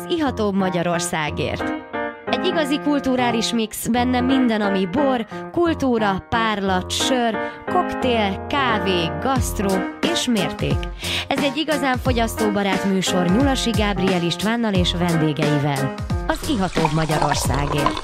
ihatóbb Magyarországért. Egy igazi kulturális mix, benne minden, ami bor, kultúra, párlat, sör, koktél, kávé, gasztró és mérték. Ez egy igazán fogyasztóbarát műsor Nyulasi Gábriel Istvánnal és vendégeivel. Az ihatóbb Magyarországért.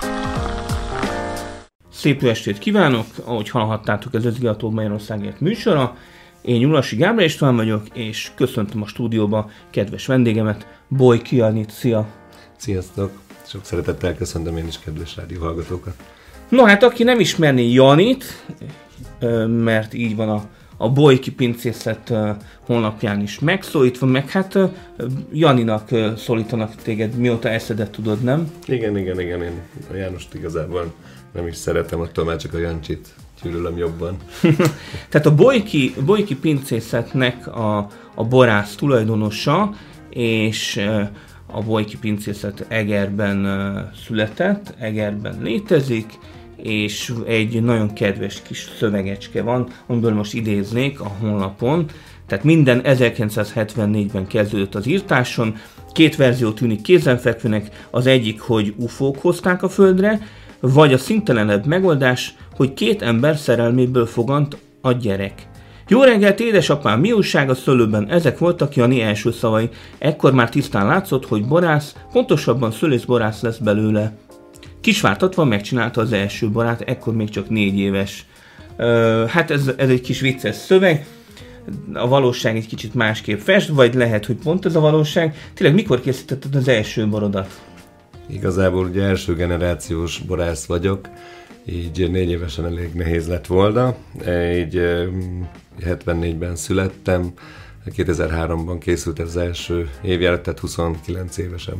Szép jó estét kívánok! Ahogy hallhattátok, ez az ihatóbb Magyarországért műsora. Én Nyulasi Gábriel István vagyok, és köszöntöm a stúdióba kedves vendégemet, Bojki Janit. Szia! Sziasztok! Sok szeretettel köszöntöm én is kedves rádióhallgatókat. No hát, aki nem ismerné Janit, mert így van a Bojki Pincészet honlapján is megszólítva, meg hát Janinak szólítanak téged, mióta eszedet tudod, nem? Igen, én a Jánost igazából nem is szeretem, attól már csak a Jancsit gyűlölöm jobban. Tehát a Bojki Pincészetnek a borász tulajdonosa, és a Bojki Pincészet Egerben született, Egerben létezik, és egy nagyon kedves kis szövegecske van, amiből most idéznék a honlapon. Tehát minden 1974-ben kezdődött az írtáson, két verzió tűnik kézenfekvőnek, az egyik, hogy UFO-k hozták a Földre, vagy a színtelenebb megoldás, hogy két ember szerelméből fogant a gyerek. Jó reggelt, édesapám, mi újság a szőlőben? Ezek voltak Jani első szavai. Ekkor már tisztán látszott, hogy borász, pontosabban szülészborász lesz belőle. Kisvártatva megcsinálta az első borát, ekkor még csak 4 éves. Hát ez egy kis vicces szöveg. A valóság egy kicsit másképp fest, vagy lehet, hogy pont ez a valóság. Tényleg mikor készítetted az első borodat? Igazából ugye első generációs borász vagyok, így 4 évesen elég nehéz lett volna. Így 74-ben születtem, 2003-ban készült az első évjárat, tehát 29 évesen.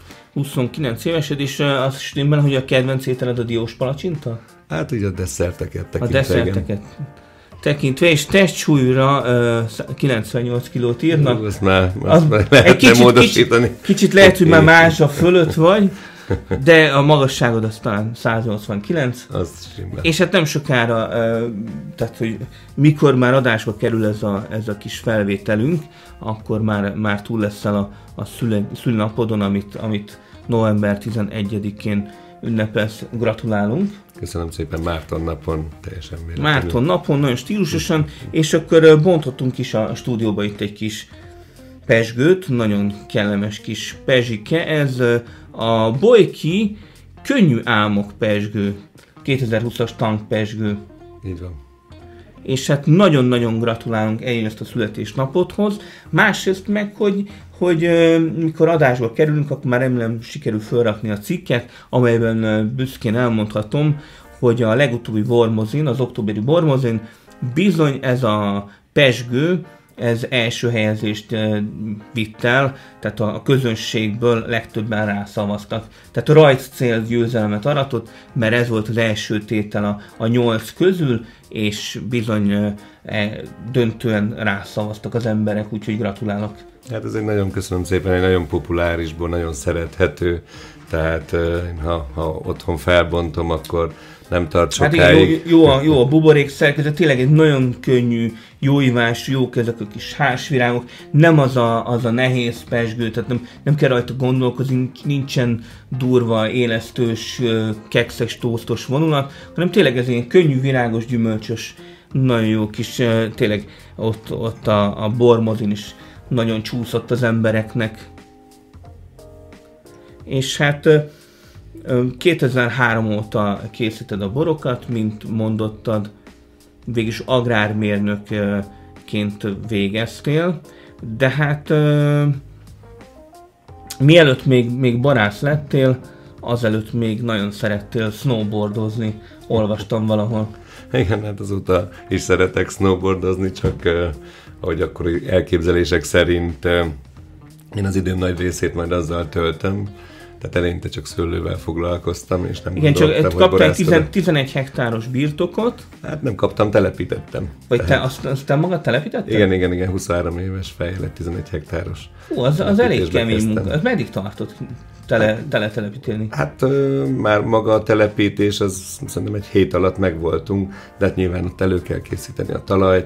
29 évesed, és az stimmel, hogy a kedvenc ételed a diós palacsinta? Hát ugye a desszerteket tekintve. A desszerteket tekintve, és testsúlyra 98 kilót írnak. Azt már lehetne módosítani. Kicsit lehet, hogy már mázsa fölött vagy, de a magasságod aztán 189. Az stimmel. És hát nem sokára, tehát hogy mikor már adásba kerül ez a kis felvételünk, akkor már túl leszel a szülinapodon, amit november 11-én ünnepelsz. Gratulálunk! Köszönöm szépen, Márton napon, teljesen véletlenül. Márton napon, nagyon stílusosan, és akkor bontottunk is a stúdióba itt egy kis pezsgőt, nagyon kellemes kis pezsike, ez a Bojki Könnyű Álmok pezsgő, 2020-as tankpezsgő. Így van. És hát nagyon-nagyon gratulálunk egyrészt a születésnapodhoz, másrészt meg, hogy mikor adásba kerülünk, akkor már remélem sikerül felrakni a cikket, amelyben büszkén elmondhatom, hogy a legutóbbi bormozin, az októberi bormozin bizony ez a pezsgő, ez első helyezést vitt el, tehát a közönségből legtöbben rászavaztak. Tehát a rajz cél győzelmet aratott, mert ez volt az első tétel a 8 közül, és bizony döntően rászavaztak az emberek, úgyhogy gratulálok. Hát ez egy nagyon köszönöm szépen, egy nagyon populáris bor, nagyon szerethető, tehát ha otthon felbontom, akkor nem tart sokáig. Hát jó a buborék szerkezet, tényleg egy nagyon könnyű, jó ivás, jók ezek a kis házvirágok, nem az a nehéz pezsgő, tehát nem kell rajta gondolkozni, nincsen durva, élesztős, kekszes, tóztos vonulat, hanem tényleg ez ilyen könnyű, virágos, gyümölcsös, nagyon jó kis, tényleg ott a bormozin is nagyon csúszott az embereknek. És hát 2003 óta készíted a borokat, mint mondottad, végülis agrármérnökként végeztél, de hát mielőtt még borász lettél, azelőtt még nagyon szerettél snowboardozni, olvastam valahol. Igen, hát azóta is szeretek snowboardozni, csak ahogy akkori elképzelések szerint én az időm nagy részét majd azzal töltöm, tehát eleinte csak szőlővel foglalkoztam, és nem gondoltam, csak kaptál 11 hektáros birtokot. Hát nem kaptam, telepítettem. Vagy te azt magad telepítetted? Igen, 23 éves fejlett, 11 hektáros. Hú, az elég kemény munka. Ez meddig tartott telepíteni? Hát már maga a telepítés, az szerintem egy hét alatt megvoltunk, de hát nyilván ott elő kell készíteni a talajt,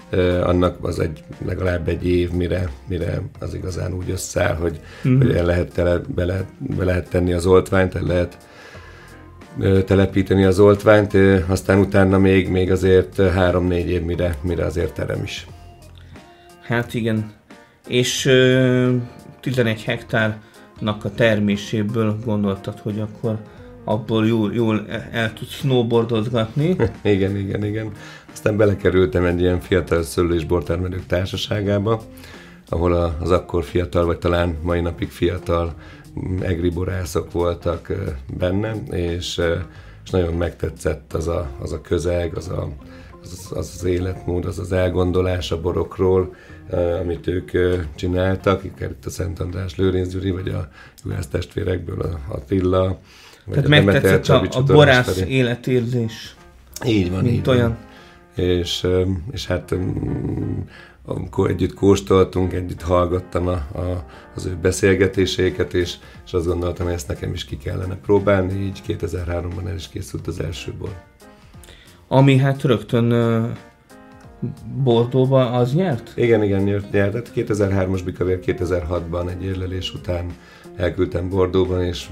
annak az legalább egy év, mire az igazán úgy összeáll, hogy el lehet be lehet tenni az oltványt, el lehet telepíteni az oltványt, aztán utána még azért 3-4 év, mire azért terem is. Hát igen, és 11 hektárnak a terméséből gondoltad, hogy akkor abból jól el tudsz snowboardozgatni. Igen. Aztán belekerültem egy ilyen fiatal szőlő- és bortermelők társaságába, ahol az akkor fiatal, vagy talán mai napig fiatal egriborászok voltak benne, és nagyon megtetszett az a közeg, az életmód, az elgondolás a borokról, amit ők csináltak, itt a Szent András Lőrinc Gyuri, vagy a Juhász testvérekből a Attila, tehát megtetszett a borász életérzés. Így van, mint olyan. És hát amikor együtt kóstoltunk, együtt hallgattam az ő beszélgetéseiket, és azt gondoltam, hogy ezt nekem is ki kellene próbálni, így 2003-ban el is készült az első bor. Ami hát rögtön Bordeauxba az nyert? Igen, nyert. Hát 2003-as Bikavér 2006-ban egy érlelés után elküldtem Bordeauxban, és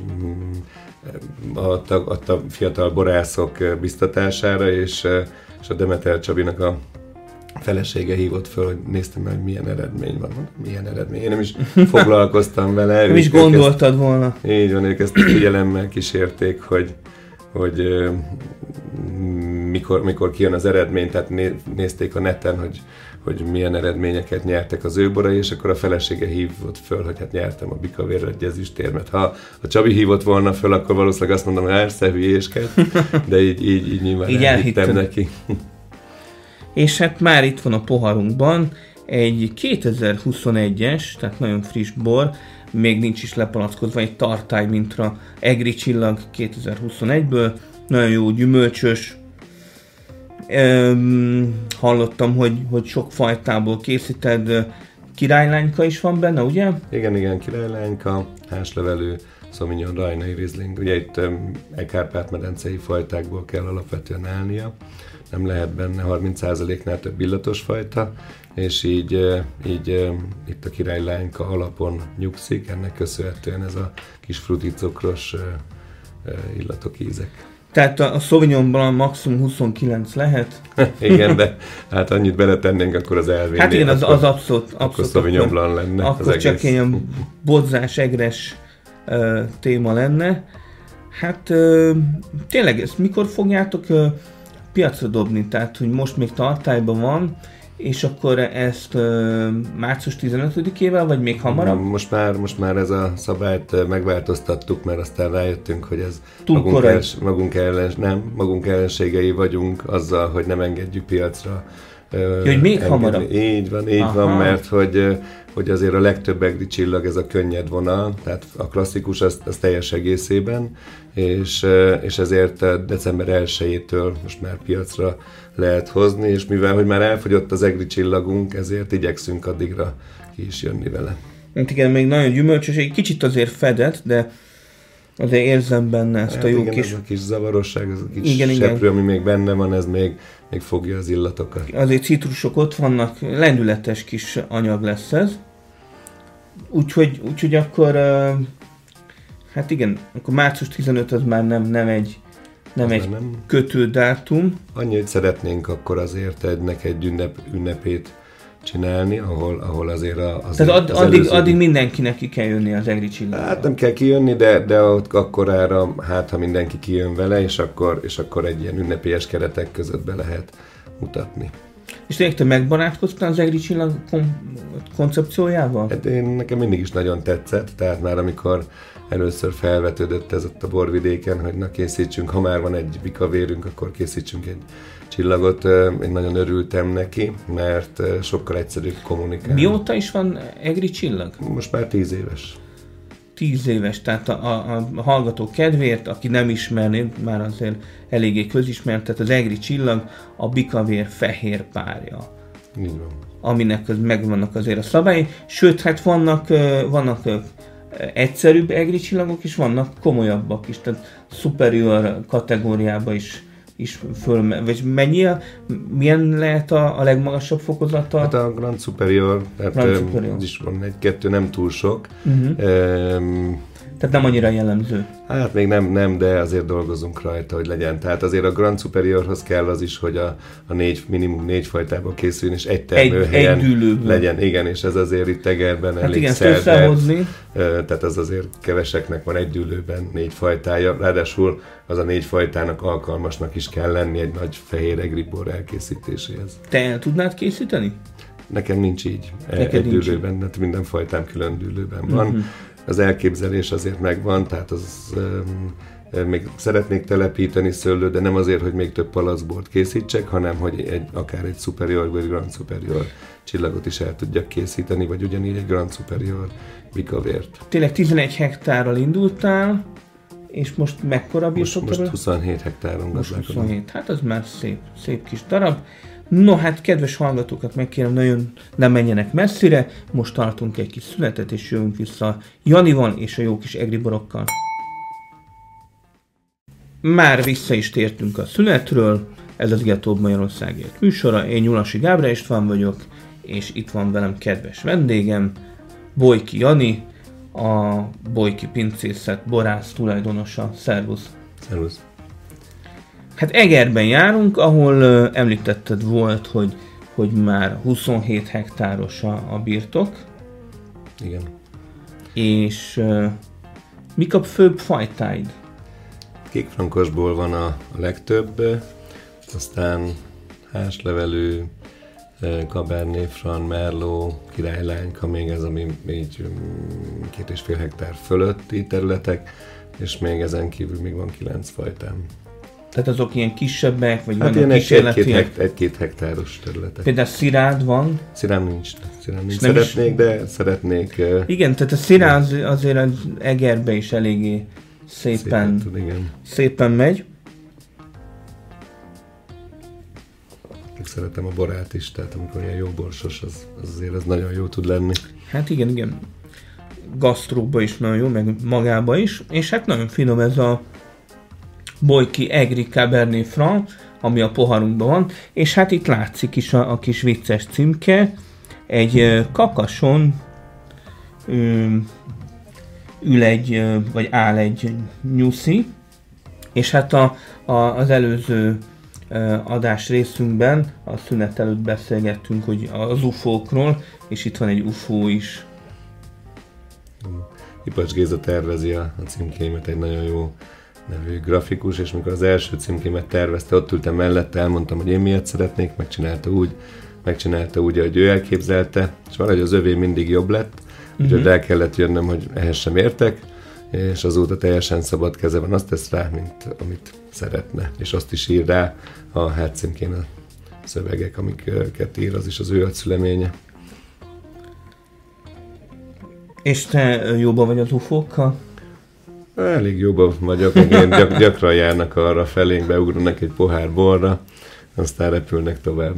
a fiatal borászok biztatására, és a Demeter Csabinak a felesége hívott föl, hogy néztem meg, hogy milyen eredmény van. Milyen eredmény. Én nem is foglalkoztam vele. Nem is gondoltad volna. Így van, ők ezt figyelemmel kísérték, hogy mikor kijön az eredmény, tehát nézték a neten, hogy milyen eredményeket nyertek az ő borai, és akkor a felesége hívott föl, hogy hát nyertem a Bikavérre egy ezüstérmet. Ha a Csabi hívott volna föl, akkor valószínűleg azt mondom, hogy persze, hülyéskedj, de így nyilván így elhittem neki. És hát már itt van a poharunkban egy 2021-es, tehát nagyon friss bor, még nincs is lepalackozva, egy tartály mintra Egri Csillag 2021-ből, nagyon jó gyümölcsös. Hallottam, hogy sok fajtából készíted, királylányka is van benne, ugye? Igen, királylányka, házlevelű, Sauvignon, rajnai Riesling. Ugye itt Kárpát-medencei fajtákból kell alapvetően állnia, nem lehet benne 30%-nál több illatos fajta, és így itt a királylányka alapon nyugszik, ennek köszönhetően ez a kis fruti cukros illatok, ízek. Tehát a Sauvignonban maximum 29 lehet? Igen, de hát annyit beletennénk, akkor az elvinné. Hát igen, az abszolút. Akkor Sauvignon Blanc lenne. Akkor csak ilyen bodzás, egres téma lenne. Hát tényleg, ezt mikor fogjátok piacra dobni? Tehát, hogy most még tartályban van, és akkor ezt március 15-ével, vagy még hamarabb? Most már ez a szabályt megváltoztattuk, mert aztán rájöttünk, hogy ez magunk ellenségei vagyunk azzal, hogy nem engedjük piacra. Hogy még hamarabb? Így van, mert hogy azért a legtöbb Egri Csillag ez a könnyed vonal, tehát a klasszikus az teljes egészében, és ezért december 1-től most már piacra lehet hozni, és mivel hogy már elfogyott az Egri Csillagunk, ezért igyekszünk addigra ki is jönni vele. Hát igen, még nagyon gyümölcsös, egy kicsit azért fedett, de azért érzem benne ezt a jó igen, kis... ez a kis zavarosság, ez a kis seprő, ami még benne van, ez még fogja az illatokat. Azért citrusok ott vannak, lendületes kis anyag lesz ez. Úgyhogy akkor, hát igen, akkor március 15 az már nem egy kötődátum. Annyi, hogy szeretnénk akkor azért egy ünnepét csinálni, ahol azért tehát addig mindenkinek ki kell jönni az Egri Csillagra. Hát nem kell kijönni, de ott akkorára, hát ha mindenki kijön vele, és akkor egy ilyen ünnepélyes keretek között be lehet mutatni. És tényleg te megbarátkoztál az Egri Csillag koncepciójával? Hát nekem mindig is nagyon tetszett, tehát már amikor először felvetődött ez ott a borvidéken, hogy na készítsünk, ha már van egy bikavérünk, akkor készítsünk egy csillagot. Én nagyon örültem neki, mert sokkal egyszerűbb kommunikálni. Mióta is van Egri Csillag? Most már 10 éves. 10 éves, tehát a hallgató kedvéért, aki nem ismerné, már azért eléggé közismert, tehát az Egri Csillag a bikavér fehér párja. Így van. Aminek megvannak azért a szabályai, sőt, hát vannak egyszerűbb Egri Csillagok is, vannak komolyabbak is, tehát superior kategóriába is is vagy milyen lehet a legmagasabb fokozata? Hát a Grand Superior, tehát is van 1-2, nem túl sok. Tehát nem annyira jellemző. Hát még nem, de azért dolgozunk rajta, hogy legyen. Tehát azért a Grand Superiorhoz kell az is, hogy a minimum 4 fajtából készüljön, és egy termőhelyen legyen. Igen, és ez azért itt Egerben elég szerzett. Tehát az azért keveseknek van egy dűlőben 4 fajtája. Ráadásul az a 4 fajtának alkalmasnak is kell lenni egy nagy fehér egri bor elkészítéséhez. Te el tudnád készíteni? Nekem nincs így. Egy dűlőben, tehát minden fajtám külön dűlőben van. Az elképzelés azért megvan, tehát még szeretnék telepíteni szőlőt, de nem azért, hogy még több palackbort készítsek, hanem hogy akár egy Superior vagy Grand Superior csillagot is el tudjak készíteni, vagy ugyanígy egy Grand Superior bikavért. Tényleg 11 hektárral indultál, és most mekkora birtokra? Most 27 hektáron gazdálkodom. 27, hát az már szép kis darab. No, hát kedves hallgatókat megkérem, nagyon nem menjenek messzire, most tartunk egy kis szünetet, és jövünk vissza Janival és a jó kis egri borokkal. Már vissza is tértünk a szünetről, ez az Getóbb Magyarországért műsora, én Nyulasi Gábor István vagyok, és itt van velem kedves vendégem, Bolyky Jani, a Bolyky Pincészet borász tulajdonosa. Szervusz! Szervusz! Hát Egerben járunk, ahol említetted volt, hogy már 27 hektáros a birtok. Igen. És mik a főbb fajtáid? Kékfrankosból van a legtöbb, aztán házlevelű, Cabernet Franc, Merlot, királylányka, még ez, ami így 2,5 hektár fölötti területek, és még ezen kívül még van 9 fajtám. Tehát azok ilyen kisebbek, vagy hát vannak kísérletiek? 1-2 hektáros területek. Például szirád van? Szirád nincs. Szeretnék, de szeretnék. Igen, tehát a szirád azért az Egerbe is eléggé szépen megy. Szeretem a borát is, tehát amikor ilyen jó borsos, az azért az nagyon jó tud lenni. Hát igen. Gasztróba is nagyon jó, meg magába is, és hát nagyon finom ez a Bolyky Egri Cabernet Franc, ami a poharunkban van, és hát itt látszik is a kis vicces címke, egy kakason vagy áll egy nyuszi, és hát az előző adás részünkben a szünet előtt beszélgettünk hogy az UFO-król, és itt van egy UFO is. Ipacs Géza tervezi a címkémet, egy nagyon jó nevű grafikus, és mikor az első címkémet tervezte, ott ültem mellette, elmondtam, hogy én miért szeretnék, megcsinálta úgy, ahogy ő elképzelte, és valahogy az övé mindig jobb lett, úgyhogy el kellett jönnöm, hogy ehhez sem értek, és azóta teljesen szabad keze van, azt tesz rá, mint amit szeretne, és azt is ír rá a hátcímkén a szövegek, amiket ír, az is az ő agyszüleménye. És te jóban vagy az UFO-kkal? Elég jóban vagyok, én gyakran járnak arra felénk, beugranak egy pohár borra, aztán repülnek tovább.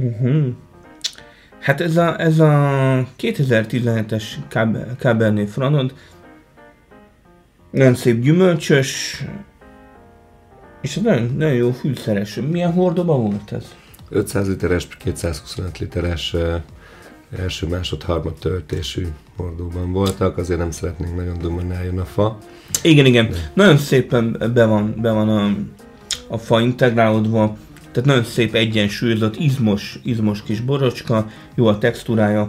Hát ez a 2017-es Cabernet Francod nagyon szép gyümölcsös, és nagyon jó fűszeres. Milyen hordóban volt ez? 500 literes, 225 literes első, harmad töltésű hordóban voltak, azért nem szeretnénk nagyon domináljon a fa. Igen. De. Nagyon szépen be van a fa integrálódva, tehát nagyon szép egyensúlyozott, izmos kis borocska, jó a textúrája.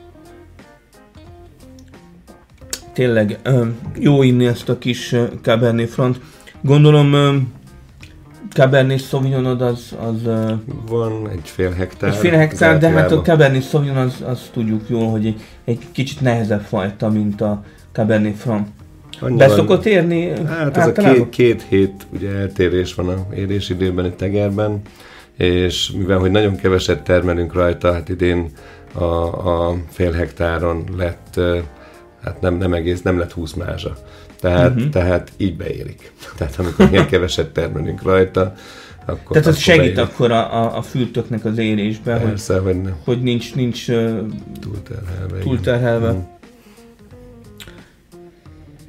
Tényleg jó inni ezt a kis Cabernet Franc. Gondolom Cabernet Sauvignonod az... Van egy fél hektár. Egy fél hektár, de hát a Cabernet Sauvignon az tudjuk jól, hogy egy kicsit nehezebb fajta, mint a Cabernet Franc. Be szokott érni? Hát ez a két hét ugye eltérés van a érésidőben itt Egerben, és mivel hogy nagyon keveset termelünk rajta, hát idén a fél hektáron lett, hát nem lett 20 mázsa. Tehát így beérik. Tehát amikor ilyen keveset termelünk rajta, akkor... Tehát ez segít beérik. Akkor a fültöknek az érésben, persze, hogy nincs túlterhelve.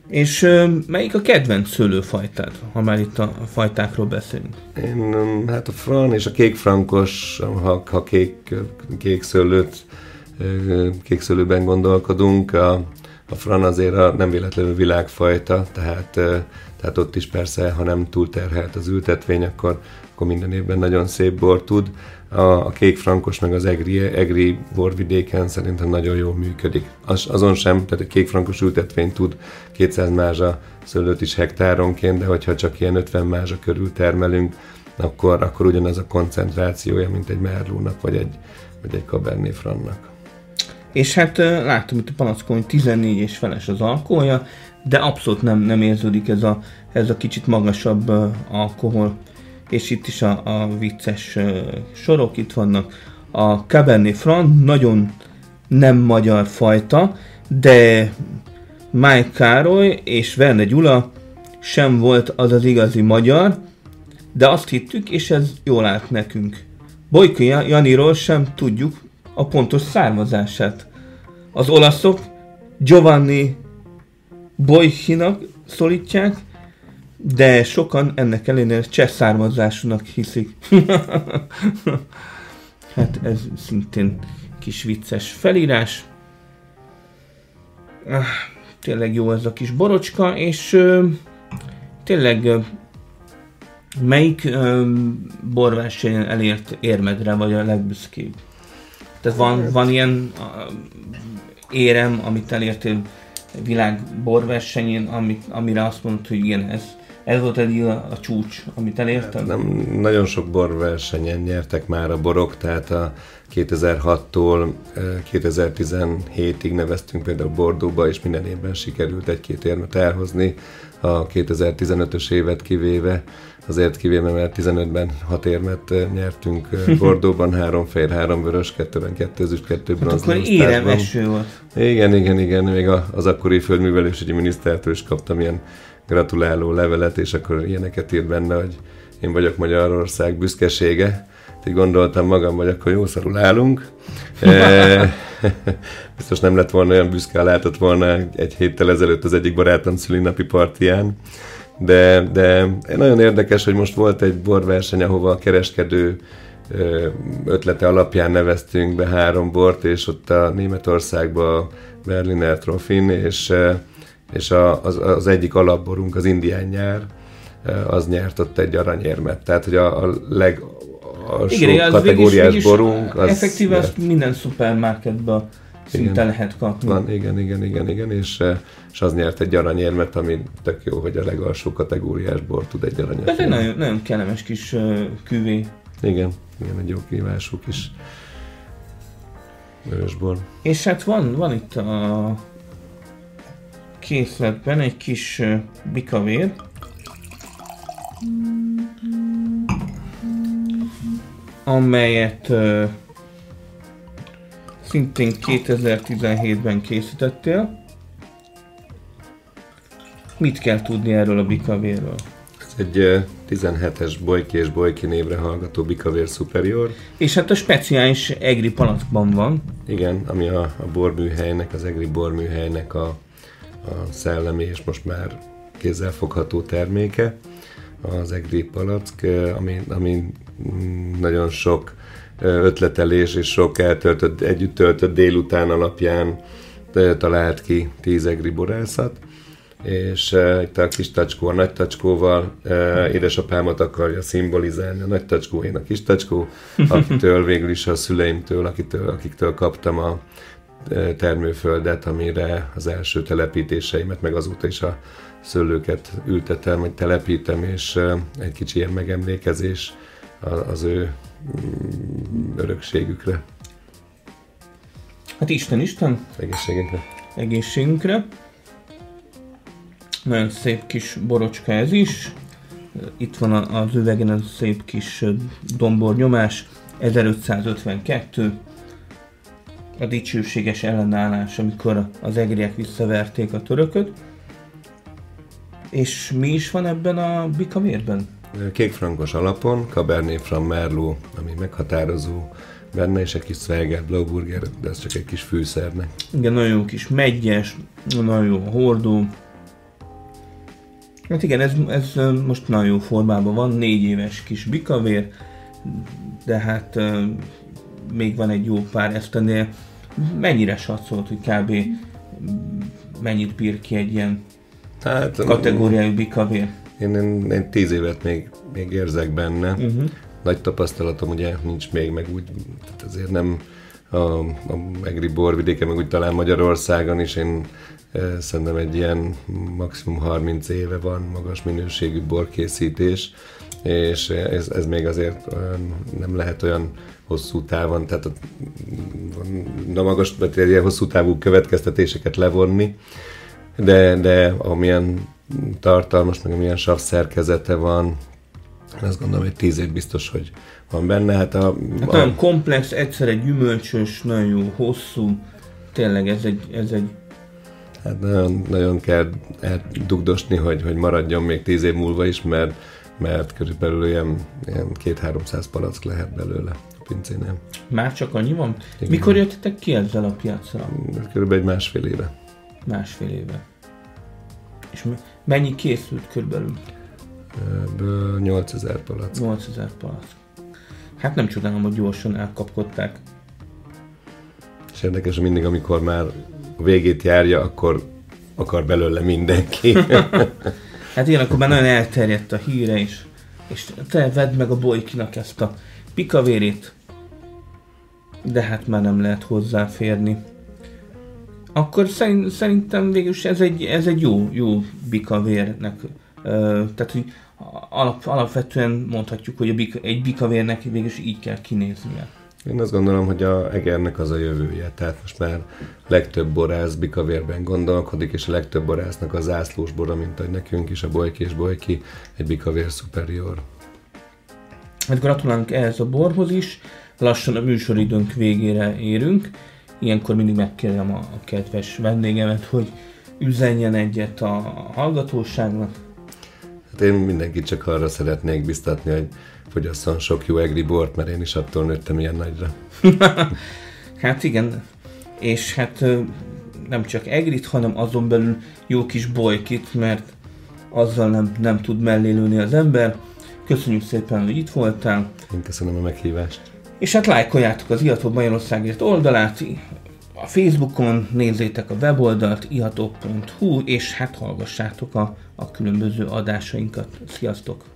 És melyik a kedvenc szőlőfajtád, ha már itt a fajtákról beszélünk? Én, hát a fran és a kékfrankos, ha kék szőlőben gondolkodunk, a fran azért nem véletlenül világfajta, tehát ott is persze, ha nem túl terhelt az ültetvény, akkor minden évben nagyon szép bor tud. A kékfrankos meg az egri borvidéken szerintem nagyon jól működik. Azon sem, tehát a kékfrankos ültetvény tud 200 mázsa szőlőt is hektáronként, de hogyha csak ilyen 50 mázsa körül termelünk, akkor ugyanaz a koncentrációja, mint egy merlónak, vagy egy cabernet frannak. És hát láttam itt a palackon, hogy 14 és feles az alkoholja, de abszolút nem érződik ez a kicsit magasabb alkohol. És itt is a vicces sorok itt vannak. A Cabernet Franc nagyon nem magyar fajta, de Mike Károly és Verne Gyula sem volt az igazi magyar, de azt hittük, és ez jól állt nekünk. Bojko Janiról sem tudjuk a pontos származását. Az olaszok Giovanni Bojkinak szólítják, de sokan ennek ellenére cseh származásúnak hiszik. Hát ez szintén kis vicces felírás. Tényleg jó ez a kis borocska, és tényleg melyik borversenyen elért érmedre vagy a legbüszkébb? Tehát van ilyen érem, amit elértél világ borversenyén, amire azt mondod, hogy igen, ez volt a csúcs, amit elértem? Nem, nagyon sok borversenyen nyertek már a borok, tehát a 2006-tól 2017-ig neveztünk például Bordeauxba, és minden évben sikerült egy-két érmet elhozni, a 2015-ös évet kivéve, azért kivéve, mert 15-ben 6 érmet nyertünk Bordeauxban, 3 fehér, 3 vörös, 2-ben 2 ezüst, 2 bronz. Hát akkor érem eső volt. Igen, még az akkori földművelésügyi minisztertől is kaptam ilyen gratuláló levelet, és akkor ilyeneket írt benne, hogy én vagyok Magyarország büszkesége. Így gondoltam magam, hogy akkor jó szarul állunk. Biztos nem lett volna olyan büszke, látott volna egy héttel ezelőtt az egyik barátom szülinapi partiján. De nagyon érdekes, hogy most volt egy borverseny, ahova a kereskedő ötlete alapján neveztünk be 3 bort, és ott a Németországban a Berliner Trophyn, és az egyik alapborunk, az indián nyár, az nyert ott egy aranyérmet. Tehát, hogy a legalsó kategóriás borunk... Az effektíve azt minden szupermarketben szinte lehet kapni. Van, igen, és az nyert egy aranyérmet, ami tök jó, hogy a legalsó kategóriás bor tud egy aranyat. Ez egy nagyon kellemes kis küvé. Igen, egy jó kívású kis vörösbor. És hát van itt a készletben egy kis bikavér. Amelyet szintén 2017-ben készítettél. Mit kell tudni erről a bikavérről? Ez egy 17-es Bojki és Bojki névre hallgató bikavér superior. És hát a speciális egri palackban van. Igen, ami a borműhelynek, az egri borműhelynek a szellemi és most már kézzelfogható terméke. Az egri palack, ami nagyon sok ötletelés és sok együtt töltött délután alapján talált ki 10 egri borászat, és itt a kis tacskó a nagy tacskóval édesapámat akarja szimbolizálni, a nagy tacskó, én a kis tacskó, akitől végül is a szüleimtől, akiktől kaptam a termőföldet, amire az első telepítéseimet, meg azóta is a szőlőket ültetem, vagy telepítem, és egy kicsi ilyen megemlékezés az ő örökségükre. Hát Isten! Egészségünkre! Nagyon szép kis borocska ez is. Itt van az üvegen ez szép kis dombornyomás. 1552. A dicsőséges ellenállás, amikor az egriek visszaverték a törököt. És mi is van ebben a bikavérben? Kékfrankos alapon, Cabernet Franc Merlot, ami meghatározó benne, és egy kis Zweigert Blauburger, de ez csak egy kis fűszernek. Igen, nagyon jó kis meggyes, nagyon jó a hordó. Hát igen, ez most nagyon jó formában van, 4 éves kis bikavér, de hát még van egy jó pár esztendeje. Mennyire satszolt, hogy kb. Mennyit bír ki egy ilyen kategóriájú bikavér? Én 10 évet még érzek benne. Nagy tapasztalatom ugye nincs még, meg úgy, tehát azért nem a egri borvidéke, meg úgy talán Magyarországon is én szerintem egy ilyen maximum 30 éve van magas minőségű borkészítés, és ez még azért nem lehet olyan hosszú távon, tehát magas, ilyen hosszú távú következtetéseket levonni, de amilyen tartalmas, meg amilyen sav szerkezete van, azt gondolom, hogy 10 év biztos, hogy van benne. Hát nagyon komplex, egyszerre gyümölcsös, nagyon jó, hosszú, tényleg ez egy hát nagyon kell dugdosni, hogy maradjon még 10 év múlva is, mert körülbelül ilyen 200-300 palack lehet belőle a pincénél. Már csak annyi van? Igen. Mikor jöttetek ki ezzel a piacra? Körülbelül egy 1,5 éve. 1,5 éve. És mennyi készült körülbelül? 8000 palack. 8000 palack. Hát nem csodálom, hogy gyorsan elkapkodták. És érdekes, hogy mindig, amikor már a végét járja, akkor akar belőle mindenki. Hát igen, akkor már nagyon elterjedt a híre is. És te vedd meg a Bolykinak ezt a pikavérét. De hát már nem lehet hozzáférni. Akkor szerintem végülis ez egy jó bikavérnek. Tehát, hogy alapvetően mondhatjuk, hogy egy bikavérnek végülis így kell kinéznie. Én azt gondolom, hogy a Egernek az a jövője. Tehát most már legtöbb borász bikavérben gondolkodik, és a legtöbb borásznak a zászlós bora, mint ahogy nekünk is, a Bolyki és Bolyki, egy bikavér superior. Hát gratulálunk ehhez a borhoz is. Lassan a műsoridőnk végére érünk. Ilyenkor mindig megkérem a kedves vendégemet, hogy üzenjen egyet a hallgatóságnak. Hát én mindenkit csak arra szeretnék biztatni, hogy fogyasszon sok jó egri bort, mert én is attól nőttem ilyen nagyra. Hát igen, és hát nem csak egrit, hanem azon belül jó kis bolykit, mert azzal nem tud mellé lőni az ember. Köszönjük szépen, hogy itt voltál. Én köszönöm a meghívást. És hát lájkoljátok az Ihatóbb Magyarországért oldalát, a Facebookon nézzétek a weboldalt ihatóbb.hu, és hát hallgassátok a különböző adásainkat. Sziasztok!